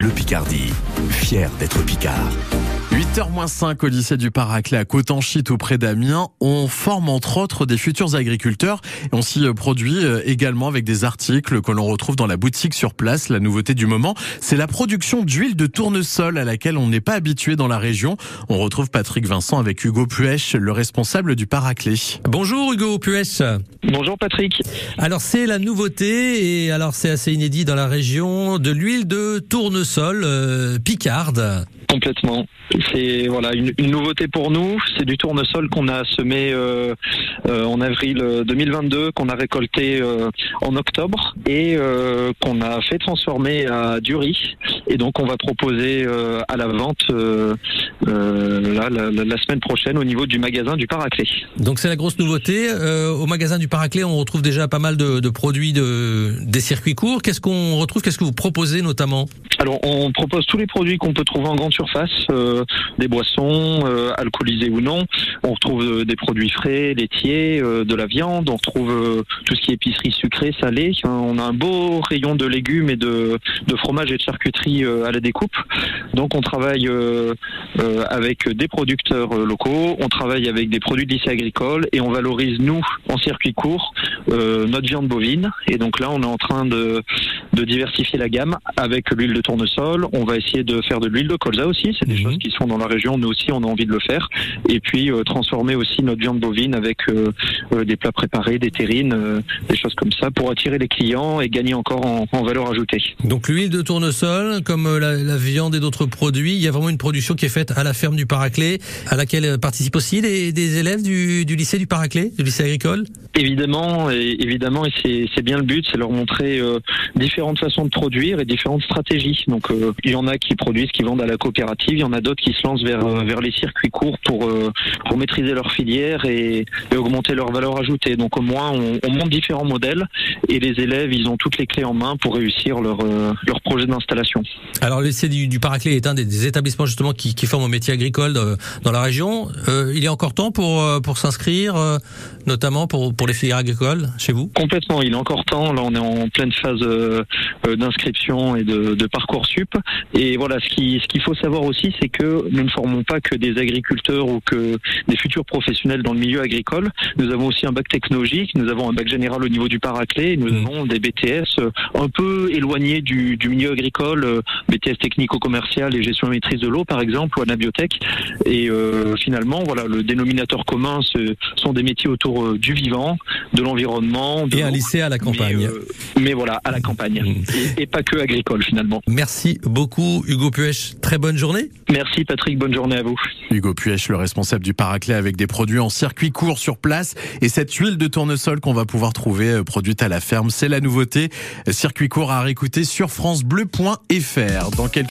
Bleu Picardie, fier d'être Picard. 8h-5 au lycée du Paraclet à Cotanchy, tout près d'Amiens. On forme entre autres des futurs agriculteurs et on s'y produit également avec des articles que l'on retrouve dans la boutique sur place. La nouveauté du moment, c'est la production d'huile de tournesol à laquelle on n'est pas habitué dans la région. On retrouve Patrick Vincent avec Hugo Puech, le responsable du Paraclet. Bonjour Hugo Puech. Bonjour Patrick. Alors c'est la nouveauté et alors c'est assez inédit dans la région de l'huile de tournesol picarde. Complètement. C'est voilà une nouveauté pour nous. C'est du tournesol qu'on a semé en avril 2022, qu'on a récolté en octobre et qu'on a fait transformer à du riz. Et donc on va proposer à la vente la semaine prochaine au niveau du magasin du Paraclet. Donc c'est la grosse nouveauté. Au magasin du Paraclet, on retrouve déjà pas mal de produits des circuits courts. Qu'est-ce qu'on retrouve ? Qu'est-ce que vous proposez notamment ? Alors on propose tous les produits qu'on peut trouver en grande surface, des boissons, alcoolisées ou non. On retrouve des produits frais, laitiers, de la viande. On retrouve tout ce qui est épicerie sucrée, salée. On a un beau rayon de légumes et de fromage et de charcuterie à la découpe. Donc on travaille avec des producteurs locaux, on travaille avec des produits de lycée agricole et on valorise nous en circuit court notre viande bovine. Et donc là on est en train de diversifier la gamme avec l'huile de tournesol. On va essayer de faire de l'huile de colza aussi. C'est des choses qui sont dans la région. Nous aussi on a envie de le faire. Et puis transformer aussi notre viande bovine avec des plats préparés, des terrines, des choses comme ça pour attirer les clients et gagner encore en valeur ajoutée. Donc l'huile de tournesol, comme la viande et d'autres produits, il y a vraiment une production qui est faite à la ferme du Paraclet, à laquelle participent aussi des élèves du lycée du Paraclet, du lycée agricole. Évidemment, et c'est bien le but, c'est leur montrer différentes façons de produire et différentes stratégies. Donc il y en a qui produisent, qui vendent à la coopérative, il y en a d'autres qui se lancent vers les circuits courts pour maîtriser leur filière et augmenter leur valeur ajoutée. Donc au moins on monte différents modèles et les élèves ils ont toutes les clés en main pour réussir leur projet d'installation. Alors le lycée du Paraclet est un des établissements justement qui forment au métier agricole dans la région. Il est encore temps pour s'inscrire, notamment pour les filières agricoles chez vous ? Complètement, il est encore temps. Là on est en pleine phase d'inscription et de Parcoursup. Et voilà, ce qu'il faut savoir aussi, c'est que nous ne formons pas que des agriculteurs ou que des futurs professionnels dans le milieu agricole. Nous avons aussi un bac technologique, nous avons un bac général au niveau du Paraclet, nous avons des BTS un peu éloignés du milieu agricole, BTS technico-commercial et gestion et maîtrise de l'eau par exemple, ou anabiotech. Et finalement, voilà, le dénominateur commun, ce sont des métiers autour du vivant, de l'environnement. Et un lycée à la campagne. Mais voilà, à la campagne. Et pas que agricole finalement. Merci beaucoup Hugo Puech, très bonne journée. Merci Patrick, bonne journée à vous. Hugo Puech, le responsable du Paraclet avec des produits en circuit court sur place et cette huile de tournesol qu'on va pouvoir trouver produite à la ferme, c'est la nouveauté. Circuit court à réécouter sur francebleu.fr. Dans quelques